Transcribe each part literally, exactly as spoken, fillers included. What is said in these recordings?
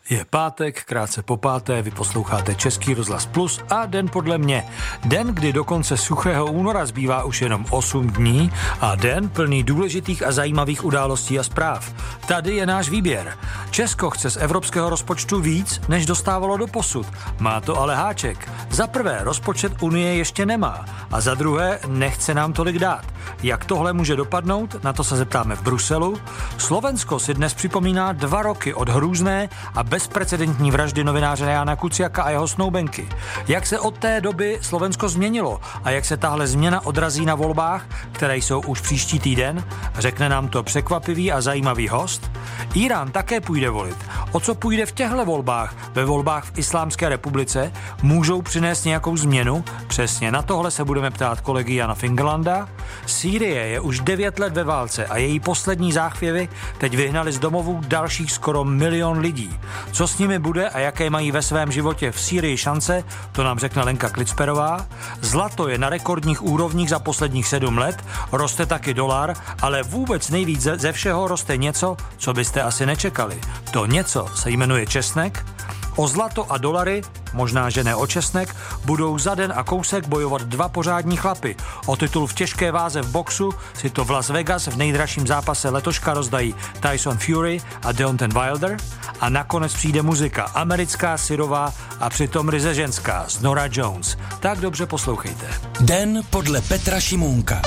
Je pátek, krátce po páté, vy posloucháte Český rozhlas Plus a den podle mě. Den, kdy do konce suchého února zbývá už jenom osm dní a den plný důležitých a zajímavých událostí a zpráv. Tady je náš výběr. Česko chce z evropského rozpočtu víc, než dostávalo doposud. Má to ale háček. Za prvé, rozpočet Unie ještě nemá a za druhé, nechce nám tolik dát. Jak tohle může dopadnout, na to se zeptáme v Bruselu. Slovensko si dnes připomíná dva roky od hrůzné a bezprecedentní vraždy novináře Jána Kuciaka a jeho snoubenky. Jak se od té doby Slovensko změnilo a jak se tahle změna odrazí na volbách, které jsou už příští týden, řekne nám to překvapivý a zajímavý host. Irán také půjde volit. O co půjde v těchto volbách, ve volbách v Islámské republice, můžou přinést nějakou změnu? Přesně na tohle se budeme ptát kolegy Jana Fingerlanda. Sýrie je už devět let ve válce a její poslední záchvěvy teď vyhnali z domovů dalších skoro milion lidí. Co s nimi bude a jaké mají ve svém životě v Sýrii šance, to nám řekne Lenka Klicperová. Zlato je na rekordních úrovních za posledních sedm let, roste taky dolar, ale vůbec nejvíc ze všeho roste něco, co byste asi nečekali. To něco se jmenuje česnek. O zlato a dolary, možná že ne o česnek, budou za den a kousek bojovat dva pořádní chlapy. O titul v těžké váze v boxu si to v Las Vegas v nejdražším zápase letoška rozdají Tyson Fury a Deontay Wilder. A nakonec přijde muzika, americká, syrová a přitom ryze ženská, z Norah Jones. Tak dobře poslouchejte. Den podle Petra Šimůnka.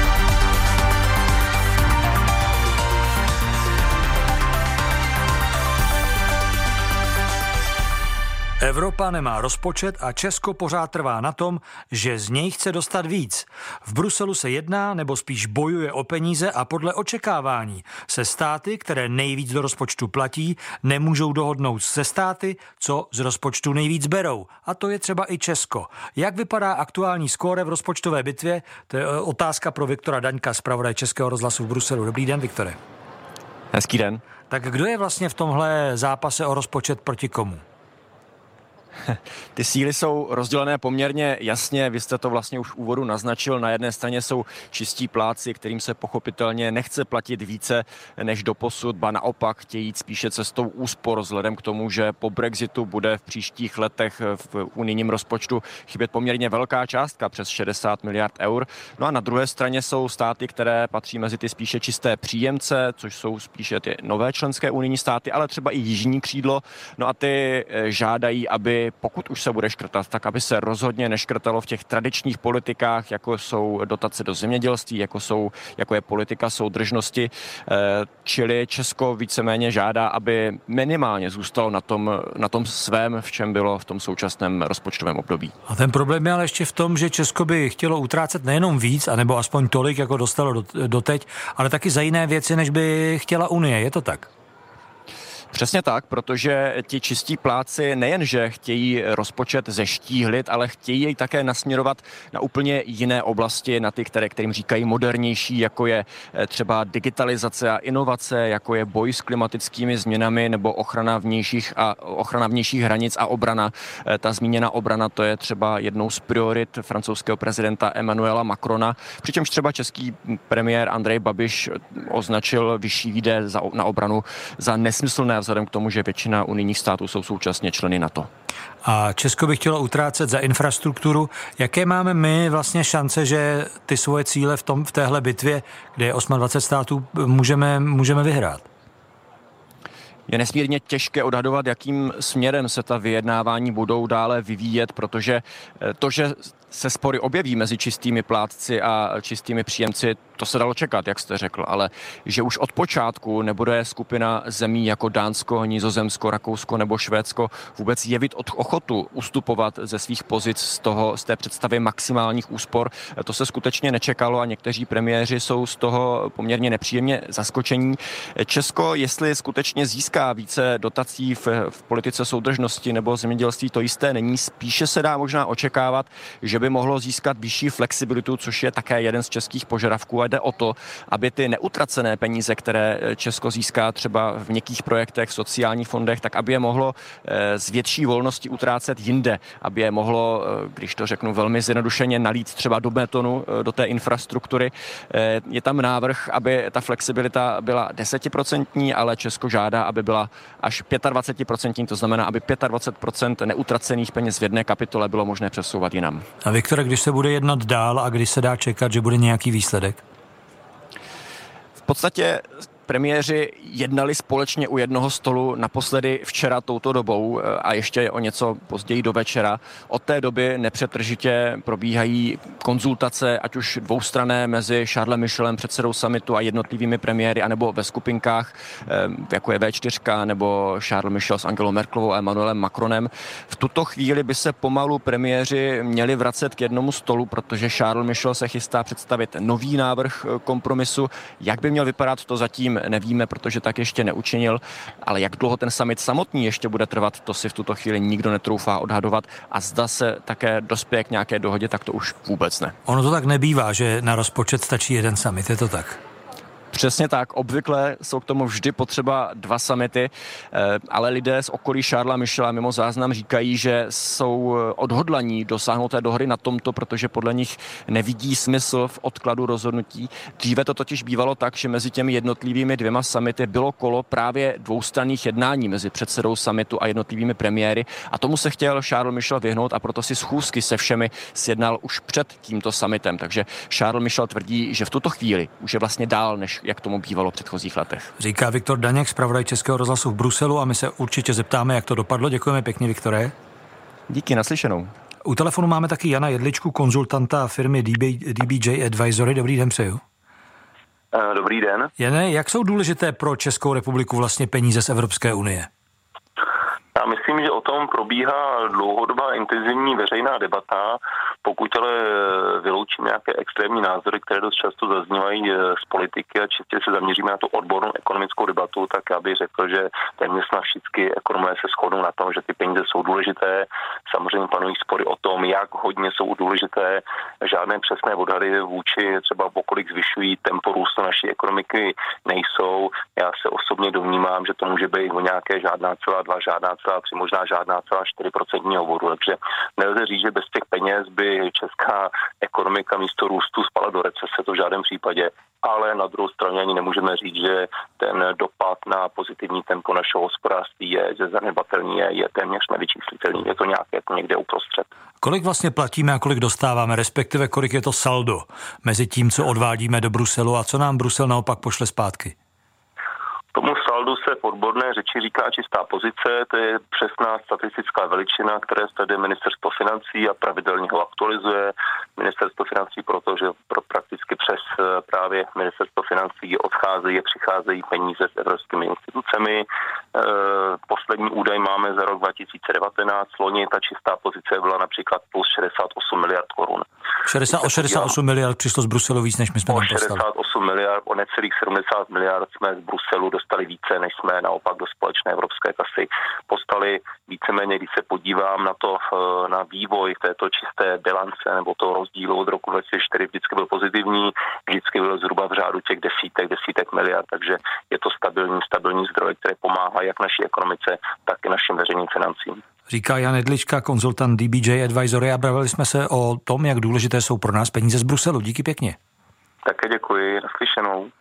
Evropa nemá rozpočet a Česko pořád trvá na tom, že z něj chce dostat víc. V Bruselu se jedná, nebo spíš bojuje o peníze a podle očekávání se státy, které nejvíc do rozpočtu platí, nemůžou dohodnout se státy, co z rozpočtu nejvíc berou. A to je třeba i Česko. Jak vypadá aktuální skóre v rozpočtové bitvě? To je otázka pro Viktora Daňka, zpravodaje Českého rozhlasu v Bruselu. Dobrý den, Viktore. Hezký den. Tak kdo je vlastně v tomhle zápase o rozpočet proti komu? Ty síly jsou rozdělené poměrně jasně, vy jste to vlastně už v úvodu naznačil. Na jedné straně jsou čistí plátci, kterým se pochopitelně nechce platit více než doposud, ba naopak chtějí spíše cestou úspor vzhledem k tomu, že po Brexitu bude v příštích letech v unijním rozpočtu chybět poměrně velká částka, přes šedesát miliard eur. No a na druhé straně jsou státy, které patří mezi ty spíše čisté příjemce, což jsou spíše ty nové členské unijní státy, ale třeba i jižní křídlo. No a ty žádají, aby pokud už se bude škrtat, tak aby se rozhodně neškrtalo v těch tradičních politikách, jako jsou dotace do zemědělství, jako, jsou, jako je politika soudržnosti. Čili Česko víceméně žádá, aby minimálně zůstalo na tom, na tom svém, v čem bylo v tom současném rozpočtovém období. A ten problém je ale ještě v tom, že Česko by chtělo utrácet nejenom víc, anebo aspoň tolik, jako dostalo doteď, ale taky za jiné věci, než by chtěla Unie. Je to tak? Přesně tak, protože ti čistí plátci nejenže chtějí rozpočet zeštíhlit, ale chtějí jej také nasměrovat na úplně jiné oblasti, na ty, které, kterým říkají modernější, jako je třeba digitalizace a inovace, jako je boj s klimatickými změnami nebo ochrana vnějších a ochrana vnějších hranic a obrana. Ta zmíněná obrana, to je třeba jednou z priorit francouzského prezidenta Emmanuela Macrona, přičemž třeba český premiér Andrej Babiš označil vyšší výdaje na obranu za nesmyslné vzhledem k tomu, že většina unijních států jsou současně členy NATO. A Česko by chtělo utrácet za infrastrukturu. Jaké máme my vlastně šance, že ty svoje cíle v, tom, v téhle bitvě, kde je dvacet osm států, můžeme, můžeme vyhrát? Je nesmírně těžké odhadovat, jakým směrem se ta vyjednávání budou dále vyvíjet, protože to, že se spory objeví mezi čistými plátci a čistými příjemci, to se dalo čekat, jak jste řekl, ale že už od počátku nebude skupina zemí jako Dánsko, Nizozemsko, Rakousko nebo Švédsko vůbec jevit od ochotu ustupovat ze svých pozic z toho, z té představy maximálních úspor. To se skutečně nečekalo a někteří premiéři jsou z toho poměrně nepříjemně zaskočení. Česko, jestli skutečně získá více dotací v, v politice soudržnosti nebo zemědělství, to jisté není. Spíše se dá možná očekávat, že že by mohlo získat vyšší flexibilitu, což je také jeden z českých požadavků, a jde o to, aby ty neutracené peníze, které Česko získá třeba v měkkých projektech, sociálních fondech, tak aby je mohlo z větší volnosti utrácet jinde, aby je mohlo, když to řeknu velmi zjednodušeně, nalít třeba do betonu, do té infrastruktury. Je tam návrh, aby ta flexibilita byla desetiprocentní, ale Česko žádá, aby byla až dvacet pět procent, to znamená, aby dvacet pět procent neutracených peněz v jedné kapitole bylo možné přesouvat jinam. A Viktore, když se bude jednat dál a kdy se dá čekat, že bude nějaký výsledek? V podstatě premiéři jednali společně u jednoho stolu naposledy včera touto dobou a ještě o něco později do večera. Od té doby nepřetržitě probíhají konzultace, ať už dvoustranné mezi Charlesem Michelem, předsedou summitu, a jednotlivými premiéry, anebo ve skupinkách, jako je vé čtyři, nebo Charles Michel s Angelou Merkelovou a Emmanuelem Macronem. V tuto chvíli by se pomalu premiéři měli vracet k jednomu stolu, protože Charles Michel se chystá představit nový návrh kompromisu. Jak by měl vypadat, to zatím nevíme, protože tak ještě neučinil, ale jak dlouho ten summit samotný ještě bude trvat, to si v tuto chvíli nikdo netroufá odhadovat, a zda se také dospěje k nějaké dohodě, tak to už vůbec ne. Ono to tak nebývá, že na rozpočet stačí jeden summit, je to tak? Přesně tak, obvykle jsou k tomu vždy potřeba dva summity, ale lidé z okolí Charlesa Michela mimo záznam říkají, že jsou odhodlaní dosáhnout té dohody na tomto, protože podle nich nevidí smysl v odkladu rozhodnutí. Dříve to totiž bývalo tak, že mezi těmi jednotlivými dvěma summity bylo kolo právě dvoustranných jednání mezi předsedou summitu a jednotlivými premiéry, a tomu se chtěl Charles Michel vyhnout, a proto si schůzky se všemi sjednal už před tímto summitem. Takže Charles Michel tvrdí, že v tuto chvíli už je vlastně dál, než jak tomu bývalo v předchozích letech. Říká Viktor Daněk, zpravodaj Českého rozhlasu v Bruselu, a my se určitě zeptáme, jak to dopadlo. Děkujeme pěkně, Viktore. Díky, naslyšenou. U telefonu máme taky Jana Jedličku, konzultanta firmy D B J Advisory. Dobrý den přeju. Dobrý den. Jane, jak jsou důležité pro Českou republiku vlastně peníze z Evropské unie? Já myslím, že o tom probíhá dlouhodobá intenzivní veřejná debata. Pokud ale vyloučím nějaké extrémní názory, které dost často zaznívají z politiky, a čistě se zaměříme na tu odbornou ekonomickou debatu, tak já bych řekl, že téměř na všichni ekonomové se shodnou na tom, že ty peníze jsou důležité. Samozřejmě panují spory o tom, jak hodně jsou důležité. Žádné přesné odhady vůči třeba okolik zvyšují tempo růstu naší ekonomiky nejsou. Já se osobně domnívám, že to může být o nějaké žádná celá dva, žádná celá tři, možná žádná celá čtyři procentního bodu. Takže nelze říct, že bez těch peněz by česká ekonomika místo růstu spala do recese, to v žádném případě. Ale na druhou stranu ani nemůžeme říct, že ten dopad na pozitivní tempo našeho hospodářství je, že zanedbatelný je, je téměř nevyčíslitelný. Je to nějaké jako někde uprostřed. Kolik vlastně platíme a kolik dostáváme, respektive kolik je to saldo mezi tím, co odvádíme do Bruselu a co nám Brusel naopak pošle zpátky? Tomu saldu se v odborné řeči říká čistá pozice, to je přesná statistická veličina, které sleduje ministerstvo financí a pravidelně ho aktualizuje. Ministerstvo financí, protože pro prakticky přes právě ministerstvo financí odcházejí a přicházejí peníze s evropskými institucemi. Poslední údaj máme za rok dva tisíce devatenáct, loni ta čistá pozice byla například plus šedesát osm miliard korun. šedesát, o šedesát osm miliard přišlo z Bruselu víc, než my jsme o tam poslali. šedesát osm miliard, o necelých sedmdesát miliard jsme z Bruselu dostali více, než jsme naopak do společné evropské kasy postali. Víceméně, když se podívám na to, na vývoj této čisté bilance nebo toho rozdílu od roku dva tisíce čtyři, vždycky byl pozitivní, vždycky byl zhruba v řádu těch desítek, desítek miliard, takže je to stabilní, stabilní zdroj, které pomáhá jak naší ekonomice, tak i našim veřejným financím. Říká Jan Jedlička, konzultant D B J Advisory, a bavili jsme se o tom, jak důležité jsou pro nás peníze z Bruselu. Díky pěkně. Také děkuji, naslyšenou.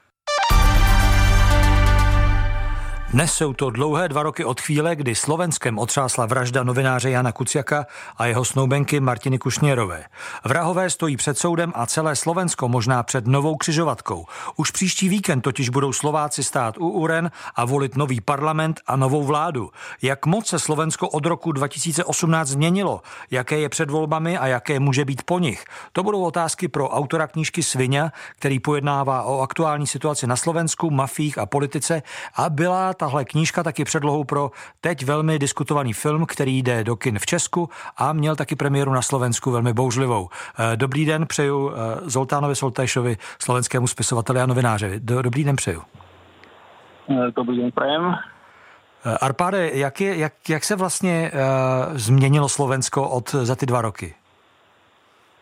Dnes jsou to dlouhé dva roky od chvíle, kdy Slovenskem otřásla vražda novináře Jana Kuciaka a jeho snoubenky Martiny Kušnierové. Vrahové stojí před soudem a celé Slovensko možná před novou křižovatkou. Už příští víkend totiž budou Slováci stát u uren a volit nový parlament a novou vládu. Jak moc se Slovensko od roku dva tisíce osmnáct změnilo? Jaké je před volbami a jaké může být po nich? To budou otázky pro autora knížky Sviňa, který pojednává o aktuální situaci na Slovensku, mafiích a politice, a byla tahle knížka taky předlohou pro teď velmi diskutovaný film, který jde do kin v Česku a měl taky premiéru na Slovensku velmi bouřlivou. Dobrý den přeju Zoltánovi Soltajšovi, slovenskému spisovateli a novináři. Dobrý den přeju. Dobrý den prajem. Arpáde, jak, je, jak, jak se vlastně uh, změnilo Slovensko od za ty dva roky?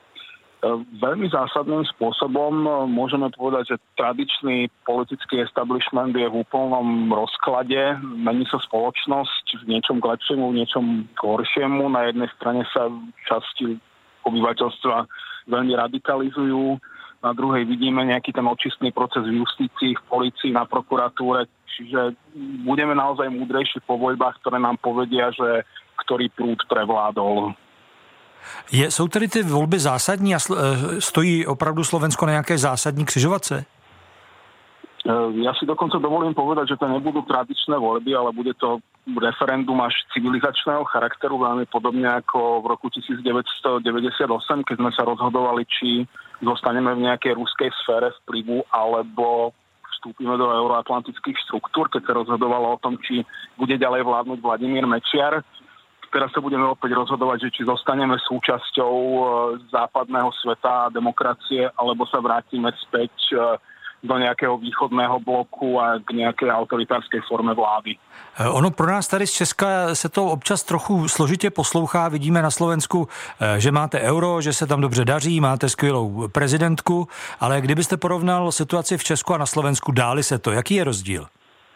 Veľmi zásadným spôsobom môžeme povedať, že tradičný politický establishment je v úplnom rozklade. Mení sa spoločnosť v niečom k lepšiemu, v niečom k horšiemu. Na jednej strane sa časti obyvateľstva veľmi radikalizujú, na druhej vidíme nejaký ten očistný proces v justícii, v polícii, na prokuratúre. Čiže budeme naozaj múdrejší po voľbách, ktoré nám povedia, že ktorý prúd prevládol. Je, jsou tedy ty volby zásadní a stojí opravdu Slovensko na nějaké zásadní křižovatce? Ja si dokonca dovolím povedať, že to nebudú tradičné voľby, ale bude to referendum až civilizačného charakteru, veľmi podobne ako v roku devätnásťstodeväťdesiatosem, keď sme sa rozhodovali, či zostaneme v nejakej ruskej sfére vplyvu, alebo vstúpime do euroatlantických štruktúr, keď sa rozhodovalo o tom, či bude ďalej vládnuť Vladimír Mečiar. Teraz sa budeme opäť rozhodovať, že či zostaneme súčasťou západného sveta a demokracie, alebo sa vrátime späť do nějakého východného bloku a k nějaké autoritárské formě vlády. Ono pro nás tady z Česka se to občas trochu složitě poslouchá. Vidíme na Slovensku, že máte euro, že se tam dobře daří, máte skvělou prezidentku, ale kdybyste porovnal situaci v Česku a na Slovensku, dáli se to. Jaký je rozdíl?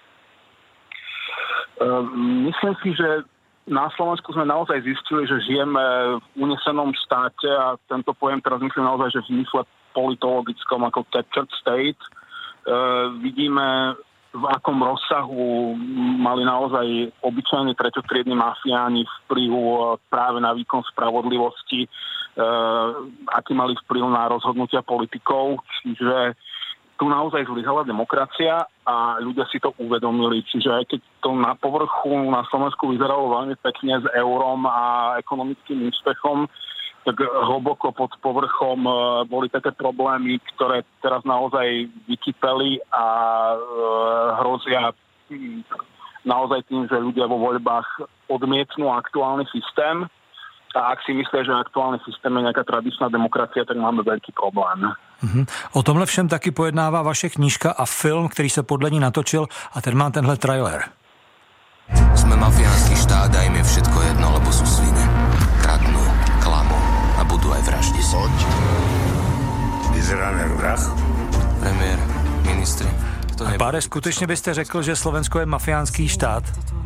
Myslím si, že na Slovensku sme naozaj zistili, že žijeme v unesenom štáte a tento pojem teraz myslím naozaj, že v zmysle politologickom ako captured state. E, vidíme, v akom rozsahu mali naozaj obyčajní treťotriedni mafiáni vplyv práve na výkon spravodlivosti, e, aký mali vplyv na rozhodnutia politikov. Čiže tu naozaj zlyhala demokracia a ľudia si to uvedomili. Čiže aj keď to na povrchu na Slovensku vyzeralo veľmi pekne s eurom a ekonomickým úspechom, tak hlboko pod povrchom boli také problémy, ktoré teraz naozaj vykypeli a hrozia naozaj tým, že ľudia vo voľbách odmietnú aktuálny systém. A ak si myslia, že aktuálny systém je nejaká tradičná demokracia, tak máme veľký problém. Mm-hmm. O tomhle všem taky pojednává vaše knížka a film, který se podle ní natočil, a ten má tenhle trailer. Sme mafiánsky štát a im je všetko jedno, lebo sú svine. Kradnú, klamú a budú aj vraždiť. Poď. Vyzeráme jak vrah. Premiér, ministri. A Páre, skutečně byste řekl, že Slovensko je mafiánský štát?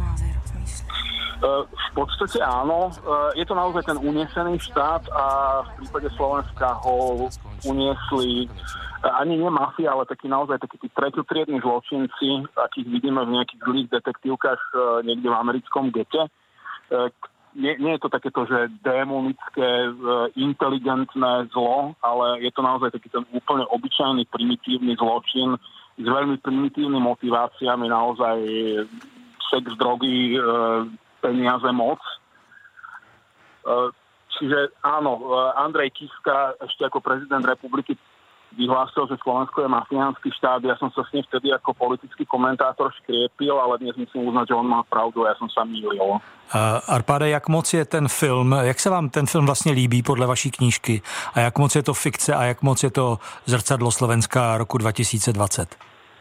V podstate áno. Je to naozaj ten unesený štát a v prípade Slovenska ho uniesli ani nie mafia, ale takí naozaj takí tí treťotriedni zločinci, akých vidíme v nejakých zlých detektívkach niekde v americkom gete. Nie, nie je to takéto, že démonické, inteligentné zlo, ale je to naozaj taký ten úplne obyčajný, primitívny zločin s veľmi primitívnymi motiváciami, naozaj sex, drogy, peniaze, moc. Čiže áno, Andrej Kiska ešte ako prezident republiky vyhlásil, že Slovensko je mafiánsky štát. Ja som sa s ním vtedy ako politický komentátor škriepil, ale dnes musím uznať, že on má pravdu a ja som sa mýlil. Arpáde, jak moc je ten film, jak se vám ten film vlastně líbí podle vaší knížky a jak moc je to fikce a jak moc je to zrcadlo Slovenska roku dva tisíce dvacet?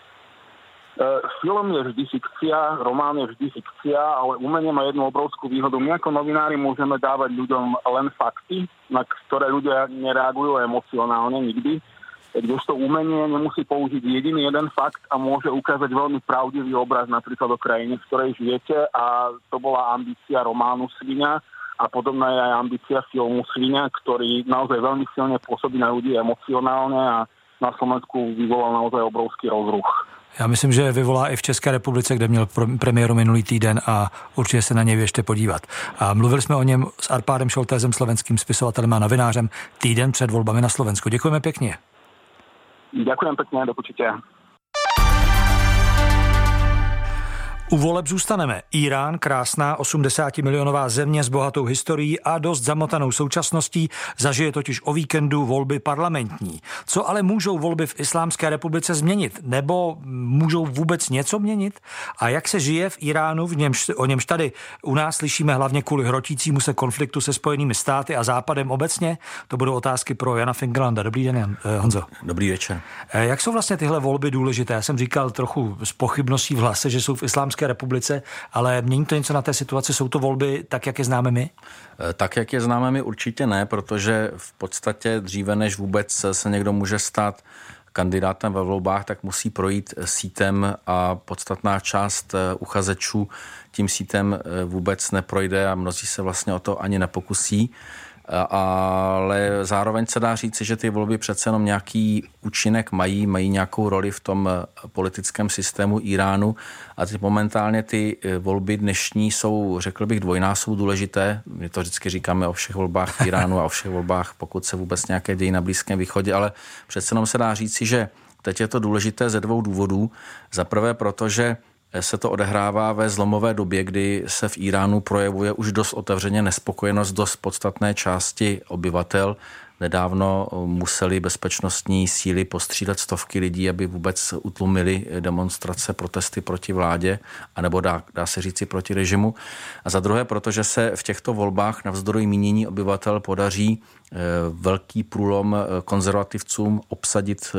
Film je vždy fikcia, román je vždy fikcia, ale umenie má jednu obrovskú výhodu. My ako novinári môžeme dávať ľuďom len fakty, na ktoré ľudia nereagujú emocionálne nikdy. Kdežto umenie nemusí použiť jediný jeden fakt a môže ukázať veľmi pravdivý obraz napríklad o krajine, v ktorej žijete, a to bola ambícia románu Sviňa a podobná je aj ambícia filmu Sviňa, ktorý naozaj veľmi silne pôsobí na ľudí emocionálne a na Slovensku vyvolal naozaj obrovský rozruch. Já myslím, že vyvolá i v České republice, kde měl premiéru minulý týden a určitě se na něj běžte podívat. A mluvili jsme o něm s Arpádem Šoltézem, slovenským spisovatelem a novinářem, týden před volbami na Slovensku. Děkujeme pěkně. Ďakujem pekne, do počutia. U voleb zůstaneme. Irán, krásná osmdesátimilionová země s bohatou historií a dost zamotanou současností, zažije totiž o víkendu volby parlamentní. Co ale můžou volby v Islámské republice změnit? Nebo můžou vůbec něco měnit? A jak se žije v Iránu, v němž, o němž tady u nás slyšíme hlavně kvůli hrotícímu se konfliktu se Spojenými státy a Západem obecně? To budou otázky pro Jana Finglanda. Dobrý den, Jan, eh, Honzo. Dobrý večer. Jak jsou vlastně tyhle volby důležité? Já jsem říkal trochu s pochybností v hlase, že jsou v Islámské České republice, ale mění to něco na té situaci? Jsou to volby tak, jak je známe my? Tak, jak je známe my, určitě ne, protože v podstatě dříve, než vůbec se někdo může stát kandidátem ve volbách, tak musí projít sítem a podstatná část uchazečů tím sítem vůbec neprojde a mnozí se vlastně o to ani nepokusí. Ale zároveň se dá říci, že ty volby přece jenom nějaký účinek mají, mají nějakou roli v tom politickém systému Iránu a teď momentálně ty volby dnešní jsou, řekl bych, dvojnásob důležité. My to vždycky říkáme o všech volbách v Iránu a o všech volbách, pokud se vůbec nějaké dějí na Blízkém východě, ale přece jenom se dá říci, že teď je to důležité ze dvou důvodů. Za prvé, protože se to odehrává ve zlomové době, kdy se v Iránu projevuje už dost otevřeně nespokojenost dost podstatné části obyvatel. Nedávno museli bezpečnostní síly postřílet stovky lidí, aby vůbec utlumili demonstrace, protesty proti vládě, anebo dá, dá se říci proti režimu. A za druhé, protože se v těchto volbách navzdory mínění obyvatel podaří velký průlom konzervativcům obsadit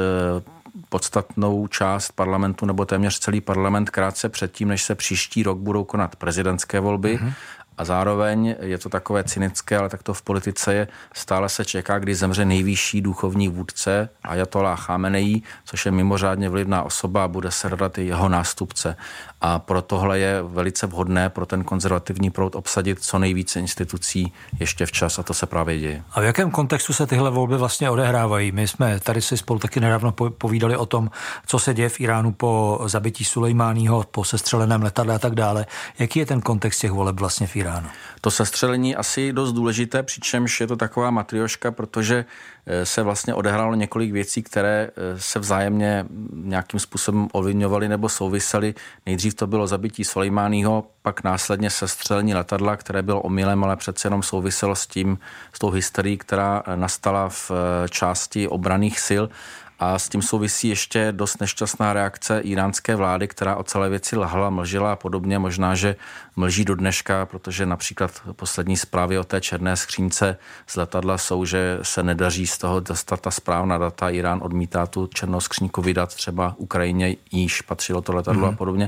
podstatnou část parlamentu nebo téměř celý parlament krátce předtím, než se příští rok budou konat prezidentské volby. Mm-hmm. A zároveň je to takové cynické, ale tak to v politice je, stále se čeká, kdy zemře nejvyšší duchovní vůdce Ajatolláh Chameneí, což je mimořádně vlivná osoba a bude se hledat i jeho nástupce. A pro tohle je velice vhodné pro ten konzervativní proud obsadit co nejvíce institucí ještě včas a to se právě děje. A v jakém kontextu se tyhle volby vlastně odehrávají? My jsme tady si spolu taky nedávno povídali o tom, co se děje v Iránu po zabití Sulejmáního, po sestřeleném letadle a tak dále. Jaký je ten kontext těch voleb vlastně v Iránu? To sestřelení asi dost důležité, přičemž je to taková matrioška, protože se vlastně odehrálo několik věcí, které se vzájemně nějakým způsobem ovlivňovaly nebo souvisely. Nejdřív to bylo zabití Sulejmáního, pak následně sestřelení letadla, které bylo omylem, ale přece jenom souviselo s tím, s tou hysterií, která nastala v části obranných sil. A s tím souvisí ještě dost nešťastná reakce iránské vlády, která o celé věci lhala, mlžila a podobně. Možná, že mlží do dneška, protože například poslední zprávy o té černé skřínce z letadla jsou, že se nedaří z toho dostat ta správná data. Irán odmítá tu černou skřínku vydat třeba Ukrajině, jíž patřilo to letadlo mm-hmm. a podobně.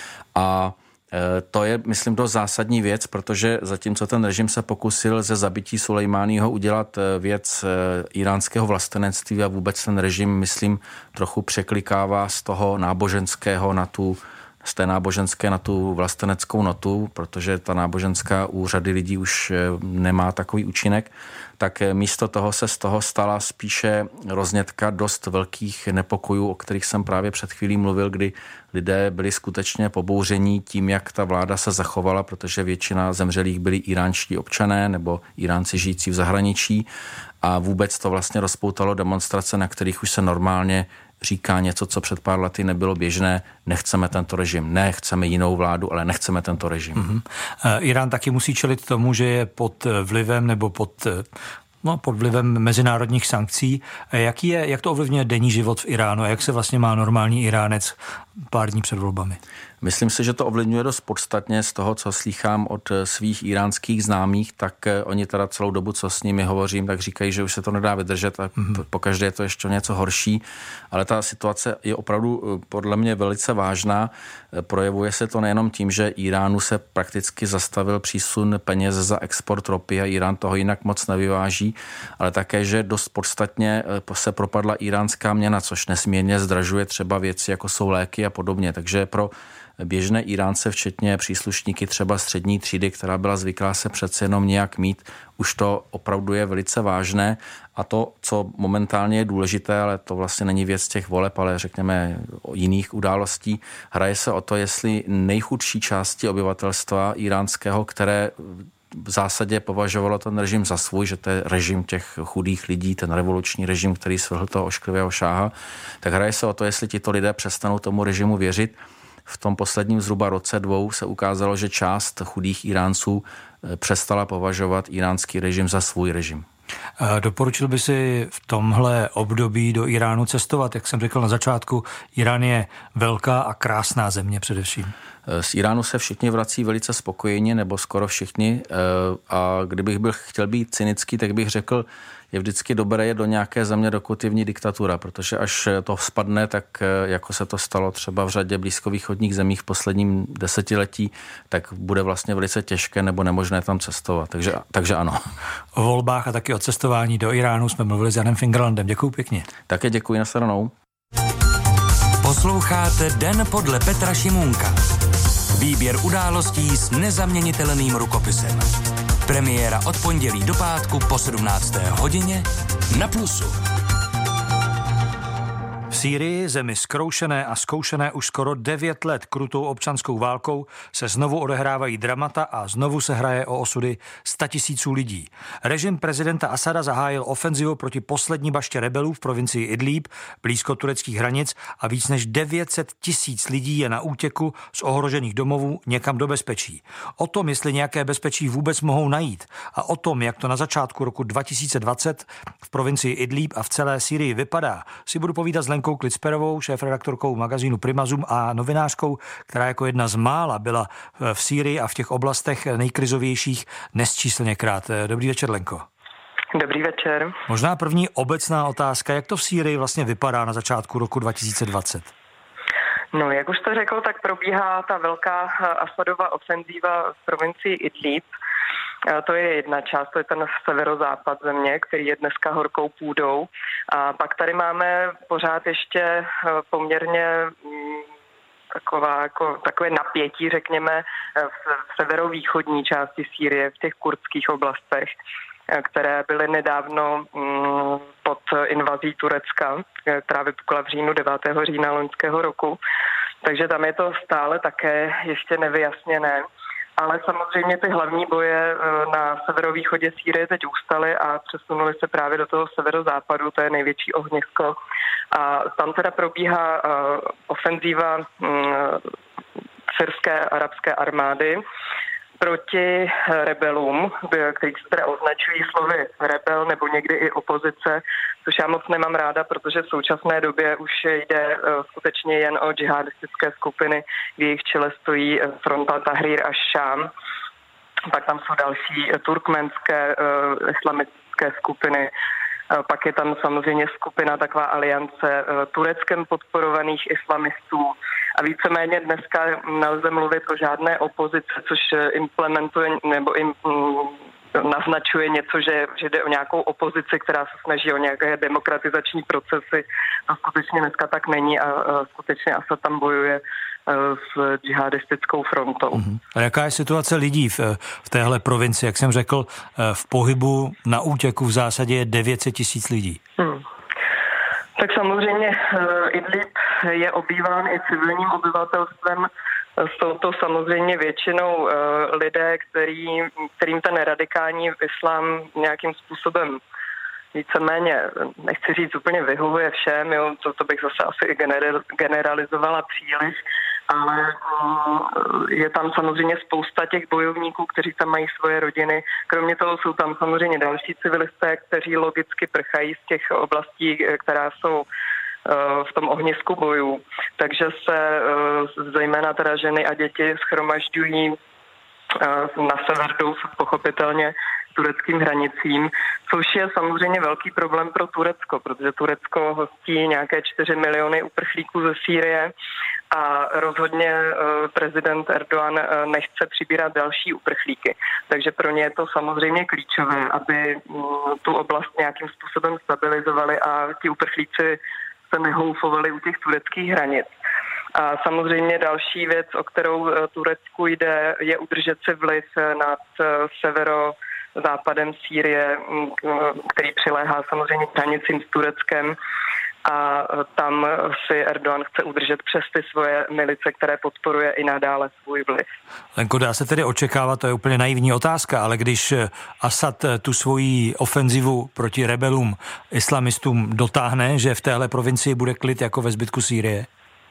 A to je, myslím, dost zásadní věc, protože zatímco ten režim se pokusil ze zabití Sulejmáního udělat věc iránského vlastenectví a vůbec ten režim, myslím, trochu překlikává z toho náboženského na tu, z té náboženské na tu vlasteneckou notu, protože ta náboženská u řady lidí už nemá takový účinek, tak místo toho se z toho stala spíše roznětka dost velkých nepokojů, o kterých jsem právě před chvílí mluvil, kdy lidé byli skutečně pobouření tím, jak ta vláda se zachovala, protože většina zemřelých byli iránští občané nebo Iránci žijící v zahraničí a vůbec to vlastně rozpoutalo demonstrace, na kterých už se normálně říká něco, co před pár lety nebylo běžné. Nechceme tento režim, ne, chceme jinou vládu, ale nechceme tento režim. Mm-hmm. Irán taky musí čelit tomu, že je pod vlivem nebo pod, no, pod vlivem mezinárodních sankcí. Jaký je, jak to ovlivňuje denní život v Iránu a jak se vlastně má normální Iránec pár dní před volbami? Myslím si, že to ovlivňuje dost podstatně z toho, co slýchám od svých iránských známých, tak oni teda celou dobu, co s nimi hovořím, tak říkají, že už se to nedá vydržet a mm-hmm. pokaždé je to ještě něco horší, ale ta situace je opravdu podle mě velice vážná. Projevuje se to nejenom tím, že Iránu se prakticky zastavil přísun peněz za export ropy a Irán toho jinak moc nevyváží, ale také, že dost podstatně se propadla iránská měna, což nesmírně zdražuje třeba věci, jako jsou léky a podobně. Takže pro běžné Iránce, včetně příslušníky třeba střední třídy, která byla zvyklá se přece jenom nějak mít, už to opravdu je velice vážné. A to, co momentálně je důležité, ale to vlastně není věc těch voleb, ale řekněme o jiných událostí, hraje se o to, jestli nejchudší části obyvatelstva iránského, které v zásadě považovalo ten režim za svůj, že to je režim těch chudých lidí, ten revoluční režim, který svrhl toho ošklivého šáha, tak hraje se o to, jestli tito lidé přestanou tomu režimu věřit. V tom posledním zhruba roce dvou se ukázalo, že část chudých Iránců přestala považovat iránský režim za svůj režim. Doporučil by si v tomhle období do Iránu cestovat? Jak jsem řekl na začátku, Irán je velká a krásná země především. Z Iránu se všichni vrací velice spokojeně, nebo skoro všichni. A kdybych byl chtěl být cynický, tak bych řekl, je vždycky dobré je do nějaké země, dokud je v ní diktatura, protože až to spadne, tak jako se to stalo třeba v řadě blízkovýchodních zemí v posledním desetiletí, tak bude vlastně velice těžké nebo nemožné tam cestovat. Takže, takže ano. O volbách a taky o cestování do Iránu jsme mluvili s Janem Fingerlandem. Děkuju pěkně. Také děkuji, nashledanou. Posloucháte Den podle Petra Šimůnka. Výběr událostí s nezaměnitelným rukopisem. Premiéra od pondělí do pátku po sedmnácté hodině na Plusu. V Sýrii, zemi zkroušené a zkoušené už skoro devět let krutou občanskou válkou, se znovu odehrávají dramata a znovu se hraje o osudy statisíců lidí. Režim prezidenta Asada zahájil ofenzivu proti poslední baště rebelů v provincii Idlíb, blízko tureckých hranic, a víc než devět set tisíc lidí je na útěku z ohrožených domovů někam do bezpečí. O tom, jestli nějaké bezpečí vůbec mohou najít, a o tom, jak to na začátku roku dva tisíce dvacet v provincii Idlíb a v celé Sýrii vypadá, si budu povídat s Lenkou Klicperovou, šéfredaktorkou magazínu Prima Zoom a novinářkou, která jako jedna z mála byla v Sýrii a v těch oblastech nejkrizovějších nesčíslněkrát. Dobrý večer, Lenko. Dobrý večer. Možná první obecná otázka, jak to v Sýrii vlastně vypadá na začátku roku dva tisíce dvacet? No, jak už jste řekl, tak probíhá ta velká Asadova ofenzíva v provincii Idlíb. To je jedna část, to je ten severozápad země, který je dneska horkou půdou. A pak tady máme pořád ještě poměrně taková, jako, takové napětí, řekněme, v severovýchodní části Sýrie, v těch kurdských oblastech, které byly nedávno pod invazí Turecka, která vypukla v říjnu, devátého října loňského roku. Takže tam je to stále také ještě nevyjasněné. Ale samozřejmě ty hlavní boje na severovýchodě Sýrie teď ustaly a přesunuly se právě do toho severozápadu, to je největší ohnisko. A tam teda probíhá ofenzíva syrské arabské armády proti rebelům, kteří se teda označují slovy rebel nebo někdy i opozice, což já moc nemám ráda, protože v současné době už jde skutečně jen o džihadistické skupiny, v jejich čele stojí fronta Tahrir aš-Šám. Pak tam jsou další turkmenské islamistické skupiny. Pak je tam samozřejmě skupina, taková aliance Tureckem podporovaných islamistů. A víceméně dneska nelze mluvit o žádné opozici, což implementuje nebo im, naznačuje něco, že, že jde o nějakou opozici, která se snaží o nějaké demokratizační procesy. To skutečně dneska tak není a, a skutečně Asad tam bojuje s džihadistickou frontou. Uh-huh. A jaká je situace lidí v, v téhle provinci? Jak jsem řekl, v pohybu na útěku v zásadě je devět set tisíc lidí. Hmm. Tak samozřejmě Idlíb je obýván i civilním obyvatelstvem. Jsou to samozřejmě většinou lidé, který, kterým ten radikální islám nějakým způsobem víceméně, nechci říct úplně vyhovuje všem, jo, to, to bych zase asi i generalizovala příliš, ale je tam samozřejmě spousta těch bojovníků, kteří tam mají svoje rodiny. Kromě toho jsou tam samozřejmě další civilisté, kteří logicky prchají z těch oblastí, která jsou v tom ohnisku bojů. Takže se zejména teda ženy a děti shromažďují na sever, jdou pochopitelně tureckým hranicím, což je samozřejmě velký problém pro Turecko, protože Turecko hostí nějaké čtyři miliony uprchlíků ze Sýrie a rozhodně prezident Erdogan nechce přibírat další uprchlíky. Takže pro ně je to samozřejmě klíčové, aby tu oblast nějakým způsobem stabilizovali a ti uprchlíci se nehoufovali u těch tureckých hranic. A samozřejmě další věc, o kterou Turecku jde, je udržet si vliv nad severozápadem Sýrie, který přiléhá samozřejmě k hranicím s Tureckem. A tam si Erdogan chce udržet přes ty svoje milice, které podporuje i nadále svůj vliv. Lenko, dá se tedy očekávat, to je úplně naivní otázka, ale když Asad tu svoji ofenzivu proti rebelům, islamistům dotáhne, že v téhle provincii bude klid jako ve zbytku Sýrie?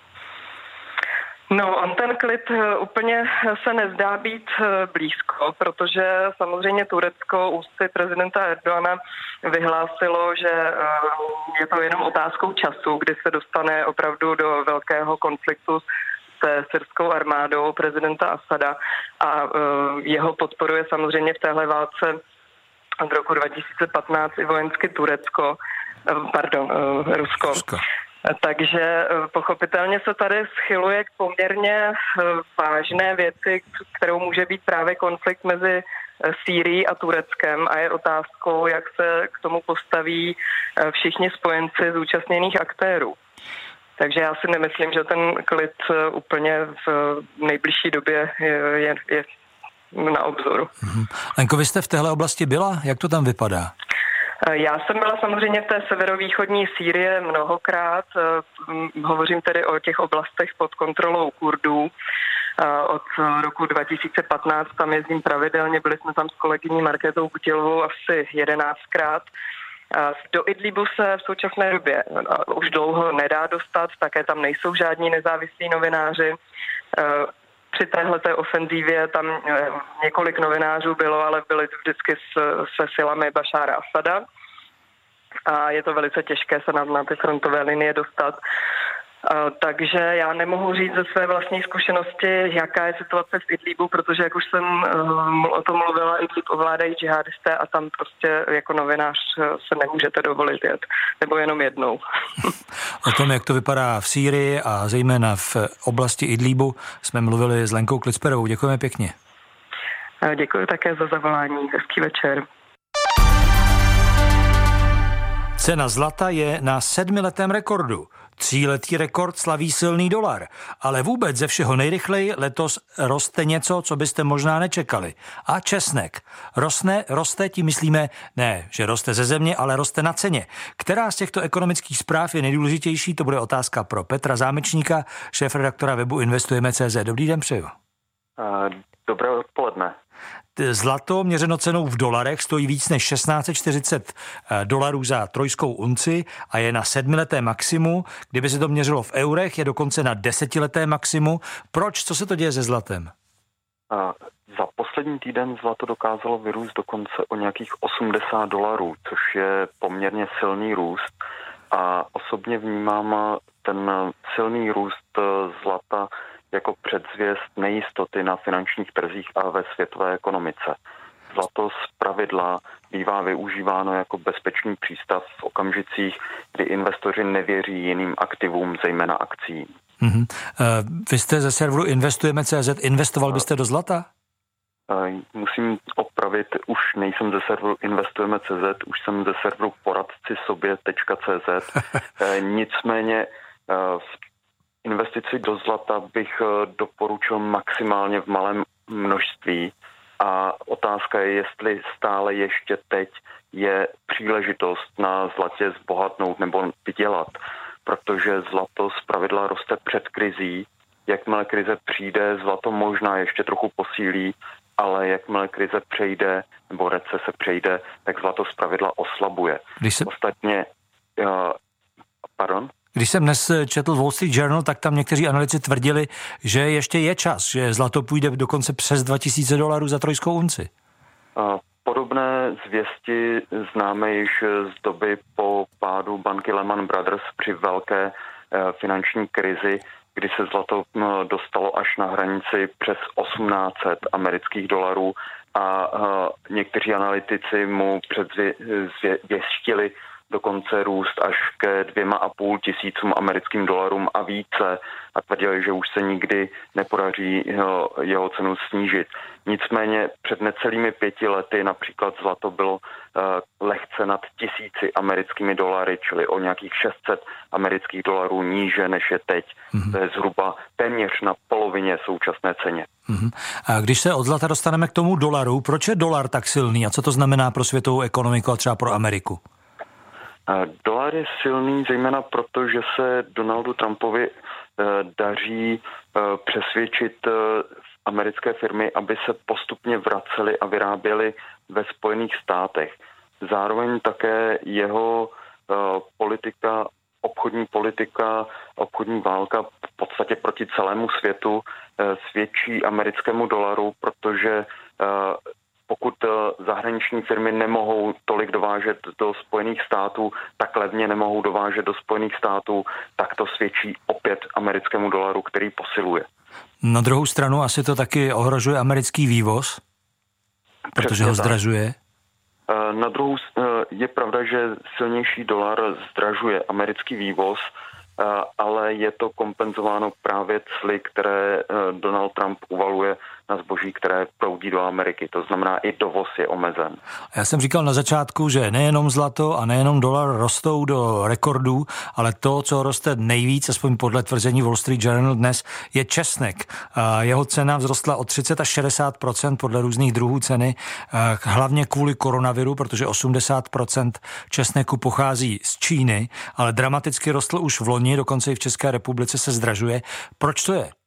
No, on ten klid úplně se nezdá být blízko, protože samozřejmě Turecko ústy prezidenta Erdogana vyhlásilo, že je to jenom otázkou času, kdy se dostane opravdu do velkého konfliktu se syrskou armádou prezidenta Asada a jeho podporuje samozřejmě v téhle válce od roku dva tisíce patnáct i vojensky Turecko, pardon, Rusko. Rusko. Takže pochopitelně se tady schyluje k poměrně vážné věci, kterou může být právě konflikt mezi Sýrií a Tureckem a je otázkou, jak se k tomu postaví všichni spojenci zúčastněných aktérů. Takže já si nemyslím, že ten klid úplně v nejbližší době je, je, je na obzoru. Lenko, vy jste v téhle oblasti byla? Jak to tam vypadá? Já jsem byla samozřejmě v té severovýchodní Sýrie mnohokrát. Hovořím tedy o těch oblastech pod kontrolou Kurdů. Od roku dva tisíce patnáct tam jezdím pravidelně, byli jsme tam s kolegyní Markétou Kutilovou asi jedenáctkrát. Do Idlibu se v současné době už dlouho nedá dostat, také tam nejsou žádní nezávislí novináři. Při téhleté ofenzívě tam několik novinářů bylo, ale byli vždycky se silami Bašára Asada. A je to velice těžké se na, na ty frontové linie dostat. Uh, takže já nemohu říct ze své vlastní zkušenosti, jaká je situace v Idlibu, protože jak už jsem uh, o tom mluvila, Idlib ovládají džihadisté a tam prostě jako novinář se nemůžete dovolit jet, nebo jenom jednou. O tom, jak to vypadá v Sýrii a zejména v oblasti Idlibu, jsme mluvili s Lenkou Klicperovou. Děkujeme pěkně. Uh, děkuji také za zavolání. Hezký večer. Cena zlata je na sedmiletém rekordu. Tříletý rekord slaví silný dolar, ale vůbec ze všeho nejrychleji letos roste něco, co byste možná nečekali. A česnek. Rostne, roste, tím myslíme, ne, že roste ze země, ale roste na ceně. Která z těchto ekonomických zpráv je nejdůležitější, to bude otázka pro Petra Zámečníka, šéfredaktora webu Investujeme tečka cé zet. Dobrý den, přeju. Dobré odpoledne. Zlato měřeno cenou v dolarech stojí víc než šestnáct set čtyřicet dolarů za trojskou unci a je na sedmileté maximu. Kdyby se to měřilo v eurech, je dokonce na desetileté maximu. Proč? Co se to děje se zlatem? A za poslední týden zlato dokázalo vyrůst dokonce o nějakých osmdesát dolarů, což je poměrně silný růst. A osobně vnímám ten silný růst zlata jako předzvěst nejistoty na finančních trzích a ve světové ekonomice. Zlato zpravidla bývá využíváno jako bezpečný přístav v okamžicích, kdy investoři nevěří jiným aktivům, zejména akciím. Mm-hmm. Vy jste ze serveru Investujeme tečka cé zet. Investoval byste do zlata? Musím opravit, už nejsem ze serveru Investujeme tečka cé zet, už jsem ze serveru poradci sobě tečka cé zet. Nicméně v investici do zlata bych doporučil maximálně v malém množství a otázka je, jestli stále ještě teď je příležitost na zlatě zbohatnout nebo vydělat, protože zlato zpravidla roste před krizí. Jakmile krize přijde, zlato možná ještě trochu posílí, ale jakmile krize přejde nebo recese přejde, tak zlato zpravidla oslabuje. Když se... Ostatně, uh, pardon? Když jsem dnes četl Wall Street Journal, tak tam někteří analytici tvrdili, že ještě je čas, že zlato půjde dokonce přes dva tisíce dolarů za trojskou unci. Podobné zvěsti známe již z doby po pádu banky Lehman Brothers při velké finanční krizi, kdy se zlato dostalo až na hranici přes osmnáct set amerických dolarů a někteří analytici mu předvěstili dokonce růst až ke dvěma a půl tisícům americkým dolarům a více a tvrdili, že už se nikdy nepodaří jeho, jeho cenu snížit. Nicméně před necelými pěti lety například zlato bylo uh, lehce nad tisíci americkými dolary, čili o nějakých šest set amerických dolarů níže než je teď. Mm-hmm. To je zhruba téměř na polovině současné ceně. Mm-hmm. A když se od zlata dostaneme k tomu dolaru, proč je dolar tak silný a co to znamená pro světovou ekonomiku a třeba pro Ameriku? Dolar je silný zejména proto, že se Donaldu Trumpovi daří přesvědčit americké firmy, aby se postupně vracely a vyráběly ve Spojených státech. Zároveň také jeho politika, obchodní politika, obchodní válka v podstatě proti celému světu svědčí americkému dolaru, protože pokud zahraniční firmy nemohou tolik dovážet do Spojených států, tak levně nemohou dovážet do Spojených států, tak to svědčí o zpět americkému dolaru, který posiluje. Na druhou stranu asi to taky ohrožuje americký vývoz, protože Přesně ho tak. zdražuje. Na druhou je pravda, že silnější dolar zdražuje americký vývoz, ale je to kompenzováno právě cly, které Donald Trump uvaluje na zboží, které proudí do Ameriky. To znamená, i dovoz je omezen. Já jsem říkal na začátku, že nejenom zlato a nejenom dolar rostou do rekordů, ale to, co roste nejvíc, aspoň podle tvrzení Wall Street Journal dnes, je česnek. Jeho cena vzrostla o třicet až šedesát procent podle různých druhů ceny, hlavně kvůli koronaviru, protože osmdesát procent česneku pochází z Číny, ale dramaticky rostl už v loni, dokonce i v České republice se zdražuje. Proč to je?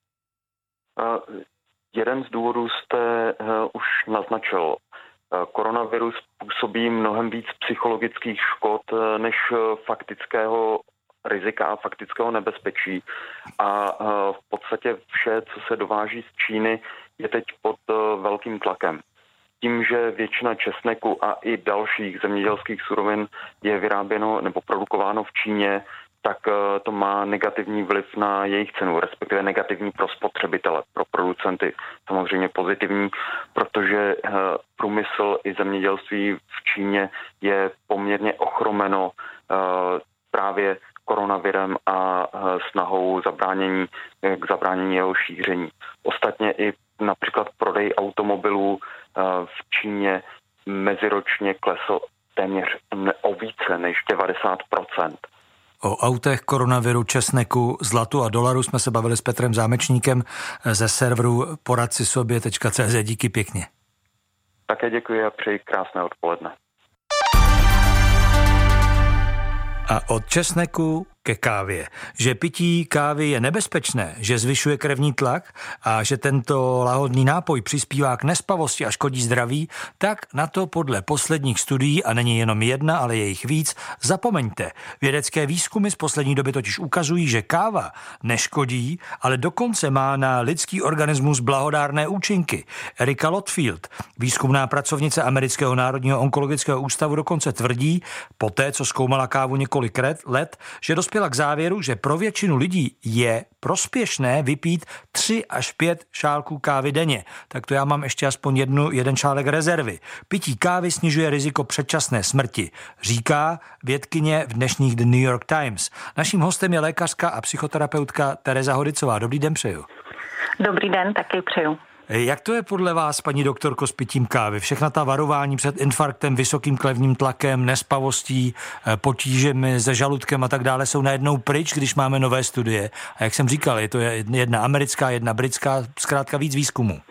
Jeden z důvodů jste uh, už naznačil. Uh, koronavirus působí mnohem víc psychologických škod uh, než uh, faktického rizika a faktického nebezpečí. A uh, v podstatě vše, co se dováží z Číny, je teď pod uh, velkým tlakem. Tím, že většina česneku a i dalších zemědělských surovin je vyráběno nebo produkováno v Číně, tak to má negativní vliv na jejich cenu, respektive negativní pro spotřebitele, pro producenty samozřejmě pozitivní, protože průmysl i zemědělství v Číně je poměrně ochromeno právě koronavirem a snahou zabránění, k zabránění jeho šíření. Ostatně i například prodej automobilů v Číně meziročně klesl téměř o více než devadesát procent. O autech, koronaviru, česneku, zlatu a dolaru jsme se bavili s Petrem Zámečníkem ze serveru poradci sobě tečka cé zet. Díky pěkně. Také děkuji a přeji krásné odpoledne. A od česneku ke kávě. Že pití kávy je nebezpečné, že zvyšuje krevní tlak a že tento lahodný nápoj přispívá k nespavosti a škodí zdraví, tak na to podle posledních studií, a není jenom jedna, ale je jich víc, zapomeňte. Vědecké výzkumy z poslední doby totiž ukazují, že káva neškodí, ale dokonce má na lidský organismus blahodárné účinky. Erika Lotfield, výzkumná pracovnice Amerického národního onkologického ústavu, dokonce tvrdí, poté co zkoumala kávu několik let, že dospěla k závěru, že pro většinu lidí je prospěšné vypít tři až pět šálků kávy denně. Tak to já mám ještě aspoň jednu, jeden šálek rezervy. Pití kávy snižuje riziko předčasné smrti, říká vědkyně v dnešních The New York Times. Naším hostem je lékařka a psychoterapeutka Tereza Hodicová. Dobrý den přeju. Dobrý den, taky přeju. Jak to je podle vás, paní doktorko, s pitím kávy? Všechna ta varování před infarktem, vysokým krevním tlakem, nespavostí, potížemi se žaludkem a tak dále jsou najednou pryč, když máme nové studie. A jak jsem říkal, je to jedna americká, jedna britská, zkrátka víc výzkumů.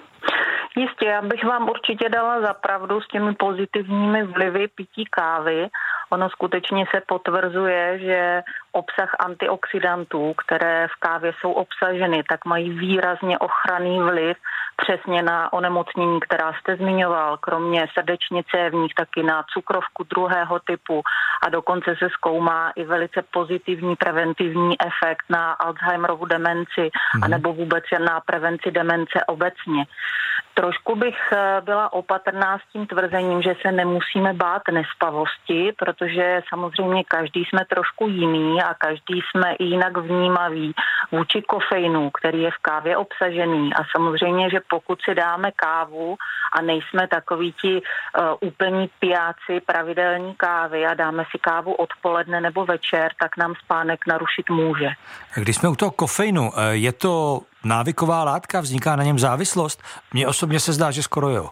Jistě, já bych vám určitě dala za pravdu s těmi pozitivními vlivy pití kávy. Ono skutečně se potvrzuje, že obsah antioxidantů, které v kávě jsou obsaženy, tak mají výrazně ochranný vliv přesně na onemocnění, která jste zmiňoval, kromě srdečně cévních, taky na cukrovku druhého typu a dokonce se zkoumá i velice pozitivní preventivní efekt na Alzheimerovu demenci mm. anebo vůbec na prevenci demence obecně. Trošku bych byla opatrná s tím tvrzením, že se nemusíme bát nespavosti, protože samozřejmě každý jsme trošku jiný a každý jsme i jinak vnímaví vůči kofeinu, který je v kávě obsažený. A samozřejmě, že pokud si dáme kávu a nejsme takoví ti uh, úplní pijáci pravidelní kávy a dáme si kávu odpoledne nebo večer, tak nám spánek narušit může. Když jsme u toho kofeinu, je to návyková látka, vzniká na něm závislost? Mně osobně se zdá, že skoro jo.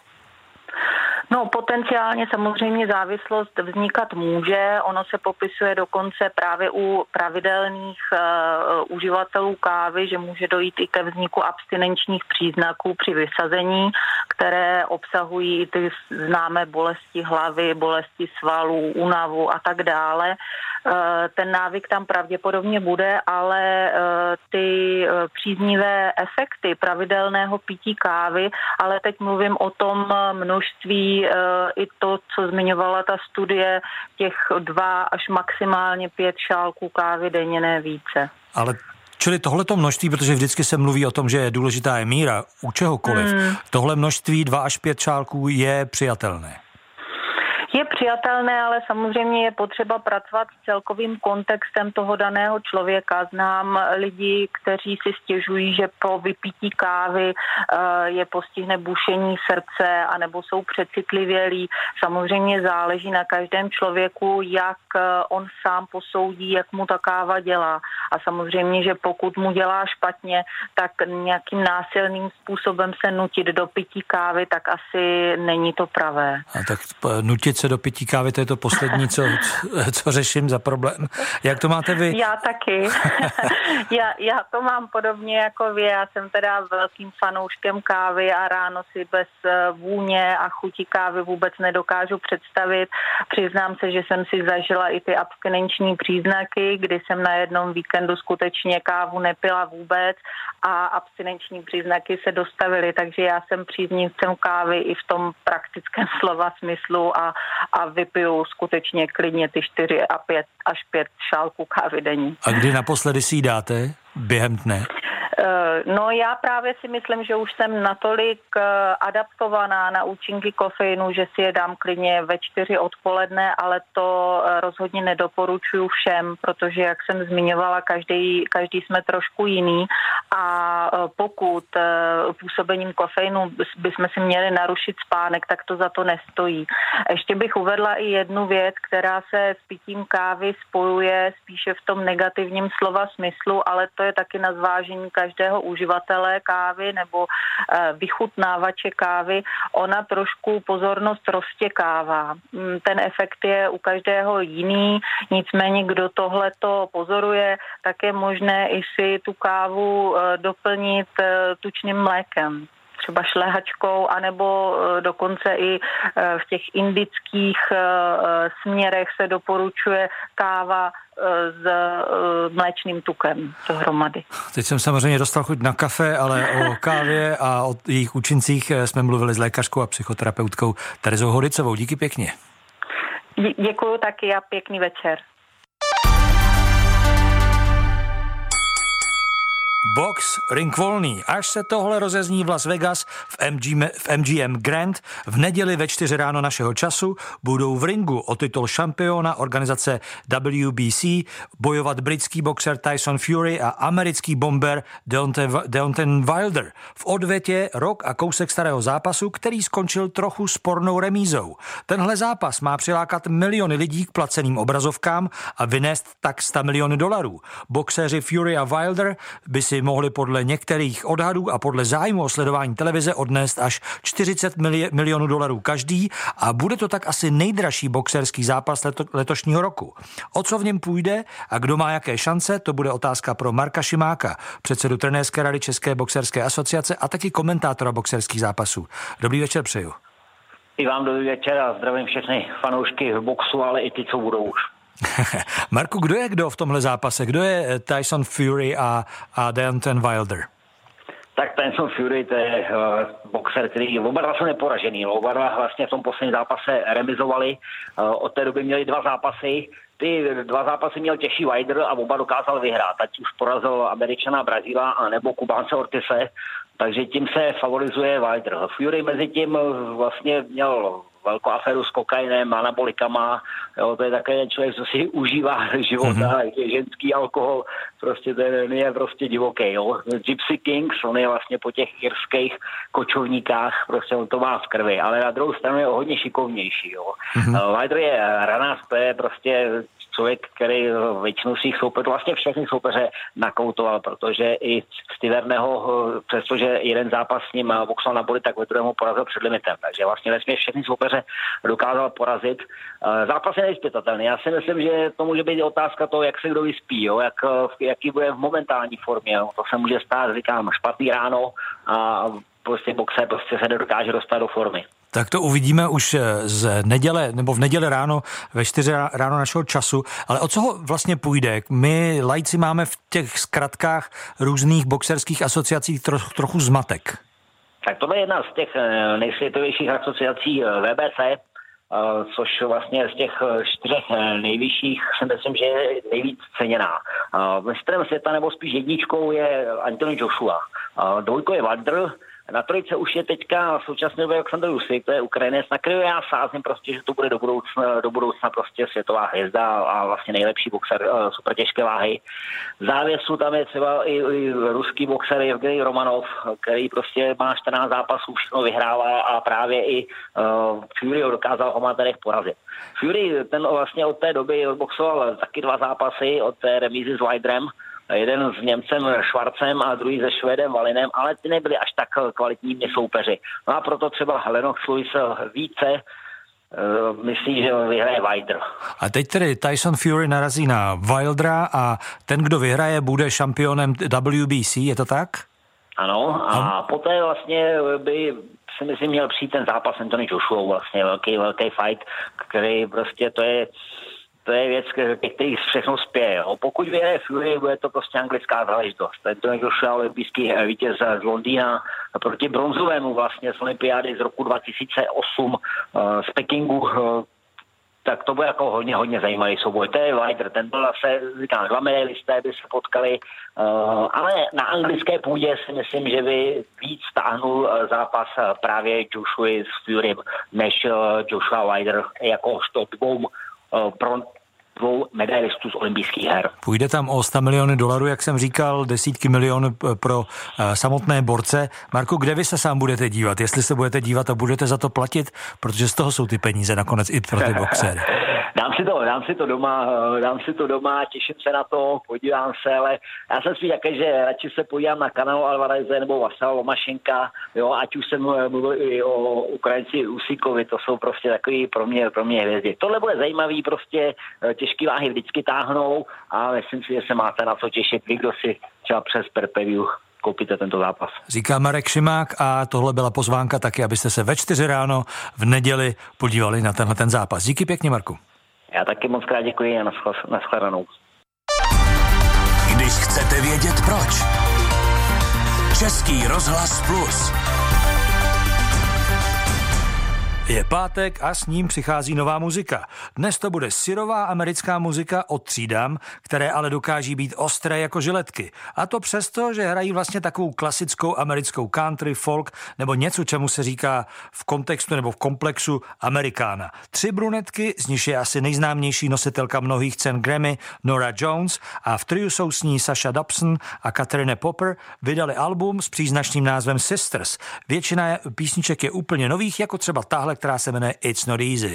No, potenciálně samozřejmě závislost vznikat může. Ono se popisuje dokonce právě u pravidelných uh, uživatelů kávy, že může dojít i ke vzniku abstinenčních příznaků při vysazení, které obsahují ty známé bolesti hlavy, bolesti svalů, únavu a tak dále. Uh, ten návyk tam pravděpodobně bude, ale uh, ty uh, příznivé efekty pravidelného pití kávy, ale teď mluvím o tom množství i to, co zmiňovala ta studie, těch dva až maximálně pět šálků kávy denně, ne více. Ale čili tohleto množství, protože vždycky se mluví o tom, že je důležitá je míra u čehokoliv, hmm. tohle množství dva až pět šálků je přijatelné. Je přijatelné, ale samozřejmě je potřeba pracovat s celkovým kontextem toho daného člověka. Znám lidi, kteří si stěžují, že po vypití kávy je postihne bušení srdce anebo jsou přecitlivělí. Samozřejmě záleží na každém člověku, jak on sám posoudí, jak mu ta káva dělá. A samozřejmě, že pokud mu dělá špatně, tak nějakým násilným způsobem se nutit do pití kávy, tak asi není to pravé. A tak nutit se do pití kávy, to je to poslední, co, co řeším za problém. Jak to máte vy? Já taky. já, já to mám podobně jako vy. Já jsem teda velkým fanouškem kávy a ráno si bez vůně a chuti kávy vůbec nedokážu představit. Přiznám se, že jsem si zažila i ty abstinenční příznaky, kdy jsem na jednom víkendu skutečně kávu nepila vůbec a abstinenční příznaky se dostavily, takže já jsem příznivcem kávy i v tom praktickém slova smyslu a, a vypiju skutečně klidně ty čtyři a pět až pět šálků kávy denní. A kdy naposledy si ji dáte? Během dne? No já právě si myslím, že už jsem natolik adaptovaná na účinky kofeinu, že si je dám klidně ve čtyři odpoledne, ale to rozhodně nedoporučuju všem, protože jak jsem zmiňovala, každý, každý jsme trošku jiný a pokud působením kofeinu bychom si měli narušit spánek, tak to za to nestojí. Ještě bych uvedla i jednu věc, která se s pitím kávy spojuje spíše v tom negativním slova smyslu, ale to je taky na zvážení každého uživatele kávy nebo vychutnávače kávy. Ona trošku pozornost roztěkává. Ten efekt je u každého jiný, nicméně kdo tohleto pozoruje, tak je možné i si tu kávu doplnit tučným mlékem. Třeba šlehačkou, anebo dokonce i v těch indických směrech se doporučuje káva s mléčným tukem dohromady. Teď jsem samozřejmě dostal chuť na kafe, ale o kávě a o jejich účincích jsme mluvili s lékařkou a psychoterapeutkou Terezou Hodicovou. Díky pěkně. Děkuju taky a pěkný večer. Box, ring volný. Až se tohle rozezní v Las Vegas v, M G, v M G M Grand v neděli ve čtyři ráno našeho času budou v ringu o titul šampiona organizace W B C bojovat britský boxer Tyson Fury a americký bomber Deontay Wilder v odvětě rok a kousek starého zápasu, který skončil trochu spornou remízou. Tenhle zápas má přilákat miliony lidí k placeným obrazovkám a vynést tak sto miliony dolarů. Boxeři Fury a Wilder by si mohli podle některých odhadů a podle zájmu o sledování televize odnést až čtyřicet milionů dolarů každý a bude to tak asi nejdražší boxerský zápas leto, letošního roku. O co v něm půjde a kdo má jaké šance, to bude otázka pro Marka Šimáka, předsedu trenérské rady České boxerské asociace a taky komentátora boxerských zápasů. Dobrý večer přeju. I vám dobrý večer a zdravím všechny fanoušky boxu, ale i ty, co budou už. Marku, kdo je kdo v tomhle zápase? Kdo je Tyson Fury a, a Deontay Wilder? Tak Tyson Fury, to je uh, boxer, který oba dva jsou neporažený. Oba dva vlastně v tom posledním zápase remizovali. Uh, od té doby měli dva zápasy. Ty dva zápasy měl těžší Wilder a oba dokázal vyhrát. Ať už porazil Američana Brazíla a nebo Kubánce Ortize. Takže tím se favorizuje Wilder. Fury mezi tím vlastně měl velkou aféru s kokainem, anabolikama, jo, to je takový člověk, co si užívá života, mm-hmm. ženský alkohol, prostě ten je prostě divoký, jo. Gypsy Kings, on je vlastně po těch irských kočovníkách, prostě on to má v krvi, ale na druhou stranu je hodně šikovnější, jo. Mm-hmm. Wilder je ranář, to je prostě člověk, který většinu svých soupeřů, vlastně všechny soupeře nakoutoval, protože i Stiverného, přestože jeden zápas s ním boxoval na body, tak ve druhém ho porazil před limitem, takže vlastně vesměs všechny soupeře dokázal porazit. Zápas je nevyspytatelný. Já si myslím, že to může být otázka toho, jak se kdo vyspí, jo? Jak, jaký bude v momentální formě. Jo? To se může stát, říkám, špatný ráno a prostě boxer prostě se nedokáže dostat do formy. Tak to uvidíme už z neděle, nebo v neděli ráno, ve čtyři ráno našeho času. Ale o co ho vlastně půjde? My lajci máme v těch zkratkách různých boxerských asociací troch, trochu zmatek. Tak tohle je jedna z těch nejsvětovějších asociací V B C, což vlastně z těch čtyřech nejvyšších si myslím, že je nejvíc ceněná. Mistrem světa nebo spíš jedničkou je Anthony Joshua. Dvojkou je Wilder, Na trojce už je teďka v současné době Alexander Usyk, to je Ukrajinec, na kterého já sázím prostě, že to bude do budoucna, do budoucna prostě světová hvězda a vlastně nejlepší boxer uh, super těžké váhy. V závěsu tam je třeba i, i ruský boxer Evgenij Romanov, který prostě má čtrnáct zápasů, všechno vyhrává a právě i uh, Fury ho dokázal o amatérech porazit. Fury ten vlastně od té doby boxoval taky dva zápasy od té remízy s Wilderem, jeden s Němcem Schwarzem a druhý se Švédem Valinem, ale ty nebyli až tak kvalitními soupeři. No a proto třeba Lennox Lewis více uh, myslí, že vyhraje Wilder. A teď tedy Tyson Fury narazí na Wildera a ten, kdo vyhraje, bude šampionem W B C, je to tak? Ano, a, a poté vlastně by si myslím měl přijít ten zápas Anthony Joshua, vlastně velký, velký fight, který prostě to je To je věc, ke který všechno spěje. Jo. Pokud vyhraje Fury, bude to prostě anglická záležitost. To je Joshua olympijský vítěz z Londýna proti bronzovému vlastně z olympiády z roku dva tisíce osm uh, z Pekingu. Uh, tak to bude jako hodně, hodně zajímavý souboj. To je Wilder, ten byl zase, říkám, dva medailisté by se potkali, uh, ale na anglické půdě si myslím, že by víc stáhnul uh, zápas uh, právě Joshua s Furym, než uh, Joshua Wilder jakožto dvou pro dvou medailistů z olympijských her. Půjde tam o sto miliony dolarů, jak jsem říkal, desítky milionů pro uh, samotné borce. Marku, kde vy se sám budete dívat? Jestli se budete dívat a budete za to platit, protože z toho jsou ty peníze nakonec i pro ty boxery. Dám si to, dám si to doma, dám si to doma, těším se na to, podívám se, ale já jsem spíš také, že radši se podívám na Canelo Alvareze nebo Vasila Lomašenka, jo, ať už jsem mluvil i o Ukrajinci Usíkovi, to jsou prostě takový pro mě, pro mě hvězdy. Tohle bude zajímavý, prostě těžké váhy vždycky táhnou a myslím si, že se máte na co těšit, vy, kdo si třeba přes Perpeview koupíte tento zápas. Říká Marek Šimák a tohle byla pozvánka taky, abyste se ve čtyři ráno v neděli podívali na tenhle ten zápas. Díky pěkně, Marku. Já taky moc krát děkuji a nashledanou. Když chcete vědět proč. Český rozhlas Plus. Je pátek a s ním přichází nová muzika. Dnes to bude syrová americká muzika od tří dam, které ale dokáží být ostré jako žiletky. A to přesto, že hrají vlastně takovou klasickou americkou country, folk nebo něco, čemu se říká v kontextu nebo v komplexu Amerikána. Tři brunetky, z nich je asi nejznámější nositelka mnohých cen Grammy Norah Jones a v triu jsou s ní Sasha Dobson a Catherine Popper, vydali album s příznačným názvem Sisters. Většina písniček je úplně nových, jako třeba tahle, která se jmenuje It's Not Easy.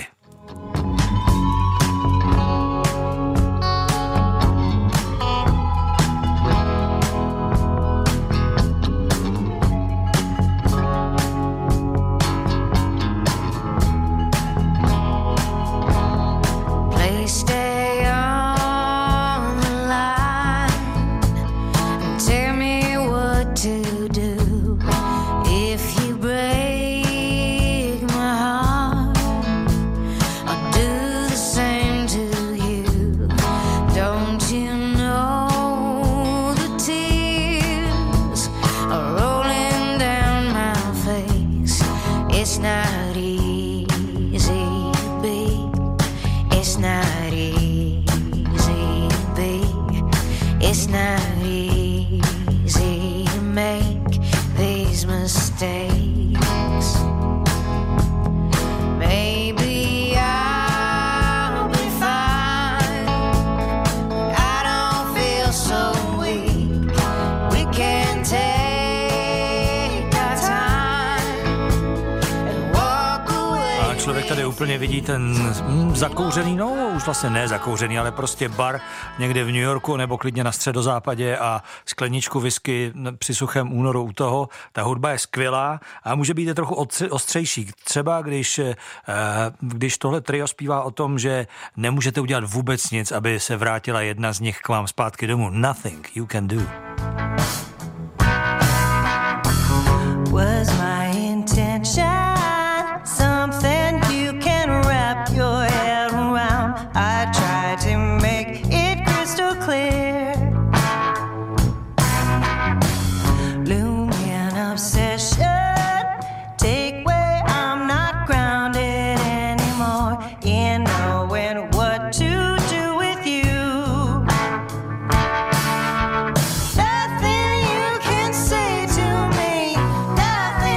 Úplně vidí ten mm, zakouřený, no už vlastně ne zakouřený, ale prostě bar někde v New Yorku nebo klidně na středozápadě a skleničku whisky při suchém únoru u toho. Ta hudba je skvělá a může být trochu ostřejší. Třeba když, eh, když tohle trio zpívá o tom, že nemůžete udělat vůbec nic, aby se vrátila jedna z nich k vám zpátky domů. Nothing you can do. Was my intention something you can wrap your head around? I tried to make it crystal clear. Looming obsession, take where I'm not grounded anymore in knowing what to do with you. Nothing you can say to me, nothing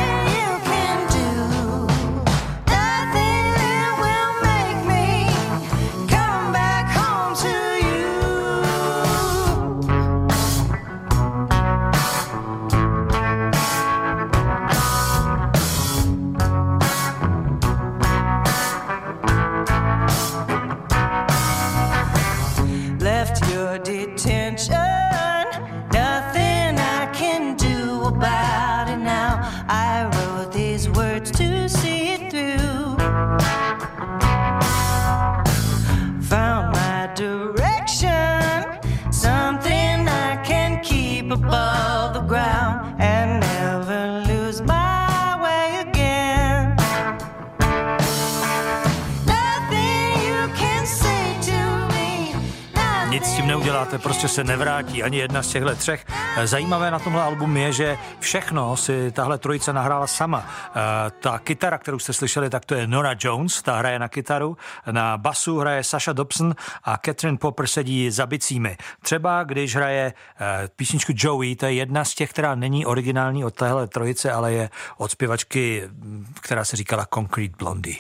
nic s tím neuděláte, prostě se nevrátí ani jedna z těchto třech. Zajímavé na tomhle albumu je, že všechno si tahle trojice nahrála sama. Ta kytara, kterou jste slyšeli, tak to je Norah Jones, ta hraje na kytaru, na basu hraje Sasha Dobson a Catherine Popper sedí za bicími. Třeba když hraje písničku Joey, to je jedna z těch, která není originální od téhle trojice, ale je od zpěvačky, která se říkala Concrete Blondie.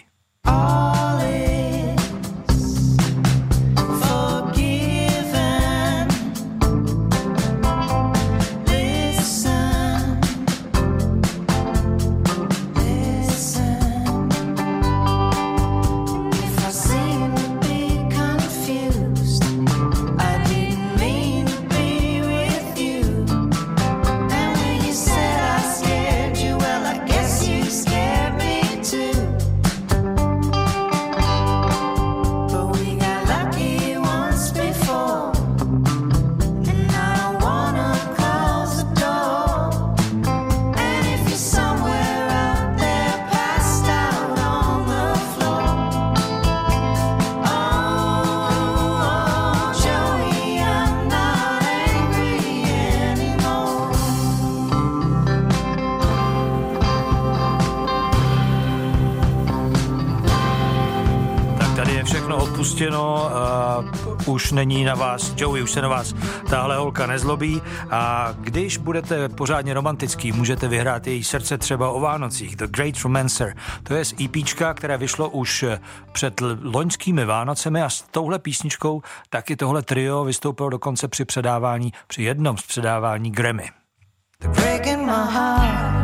Pustěno, uh, už není na vás Joey, už se na vás tahle holka nezlobí a když budete pořádně romantický, můžete vyhrát její srdce třeba o Vánocích. The Great Romancer, to je z EPčka, které vyšlo už před loňskými Vánocemi a s touhle písničkou taky tohle trio vystoupilo dokonce při předávání, při jednom z předávání Grammy. The breaking my heart.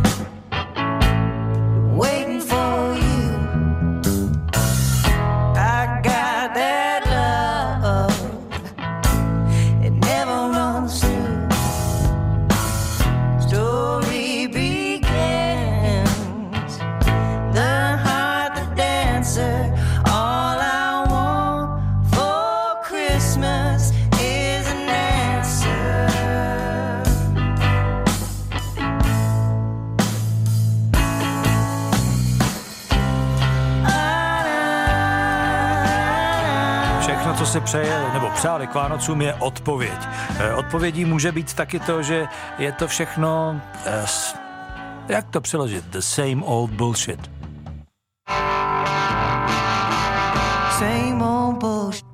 Co se přeje, nebo přáli k Vánocům, je odpověď. Odpovědí může být taky to, že je to všechno, jak to přeložit, the same old bullshit. Same old bullshit.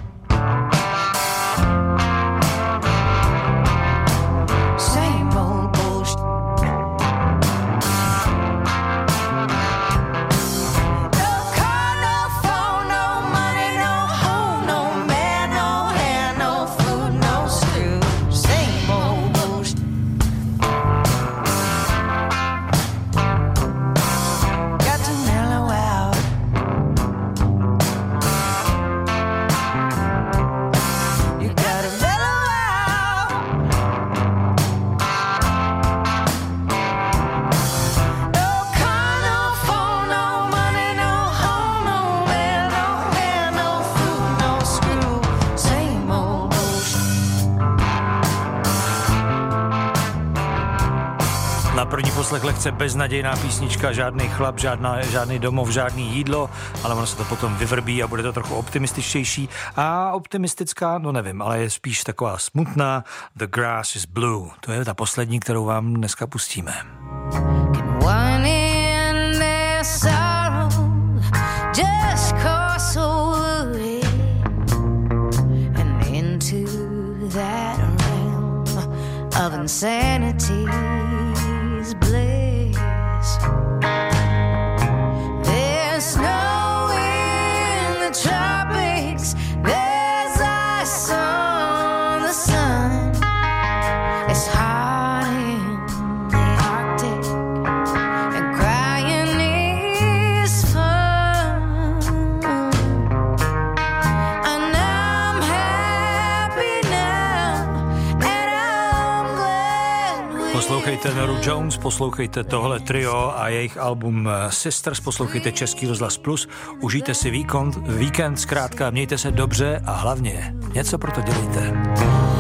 První poslech lehce beznadějná písnička, žádný chlap, žádná, žádný domov, žádný jídlo, ale ono se to potom vyvrbí a bude to trochu optimističtější. A optimistická, no nevím, ale je spíš taková smutná. The Grass is Blue. To je ta poslední, kterou vám dneska pustíme. Bliss. There's snow in the tropics, there's ice on the sun. It's hot in the Arctic, and crying is fun. And I'm happy now, and I'm glad. Poslouchejte Norah Jones, poslouchejte tohle trio a jejich album Sisters, poslouchejte Český rozhlas Plus, užijte si víkend, víkend, zkrátka mějte se dobře a hlavně něco pro to dělejte.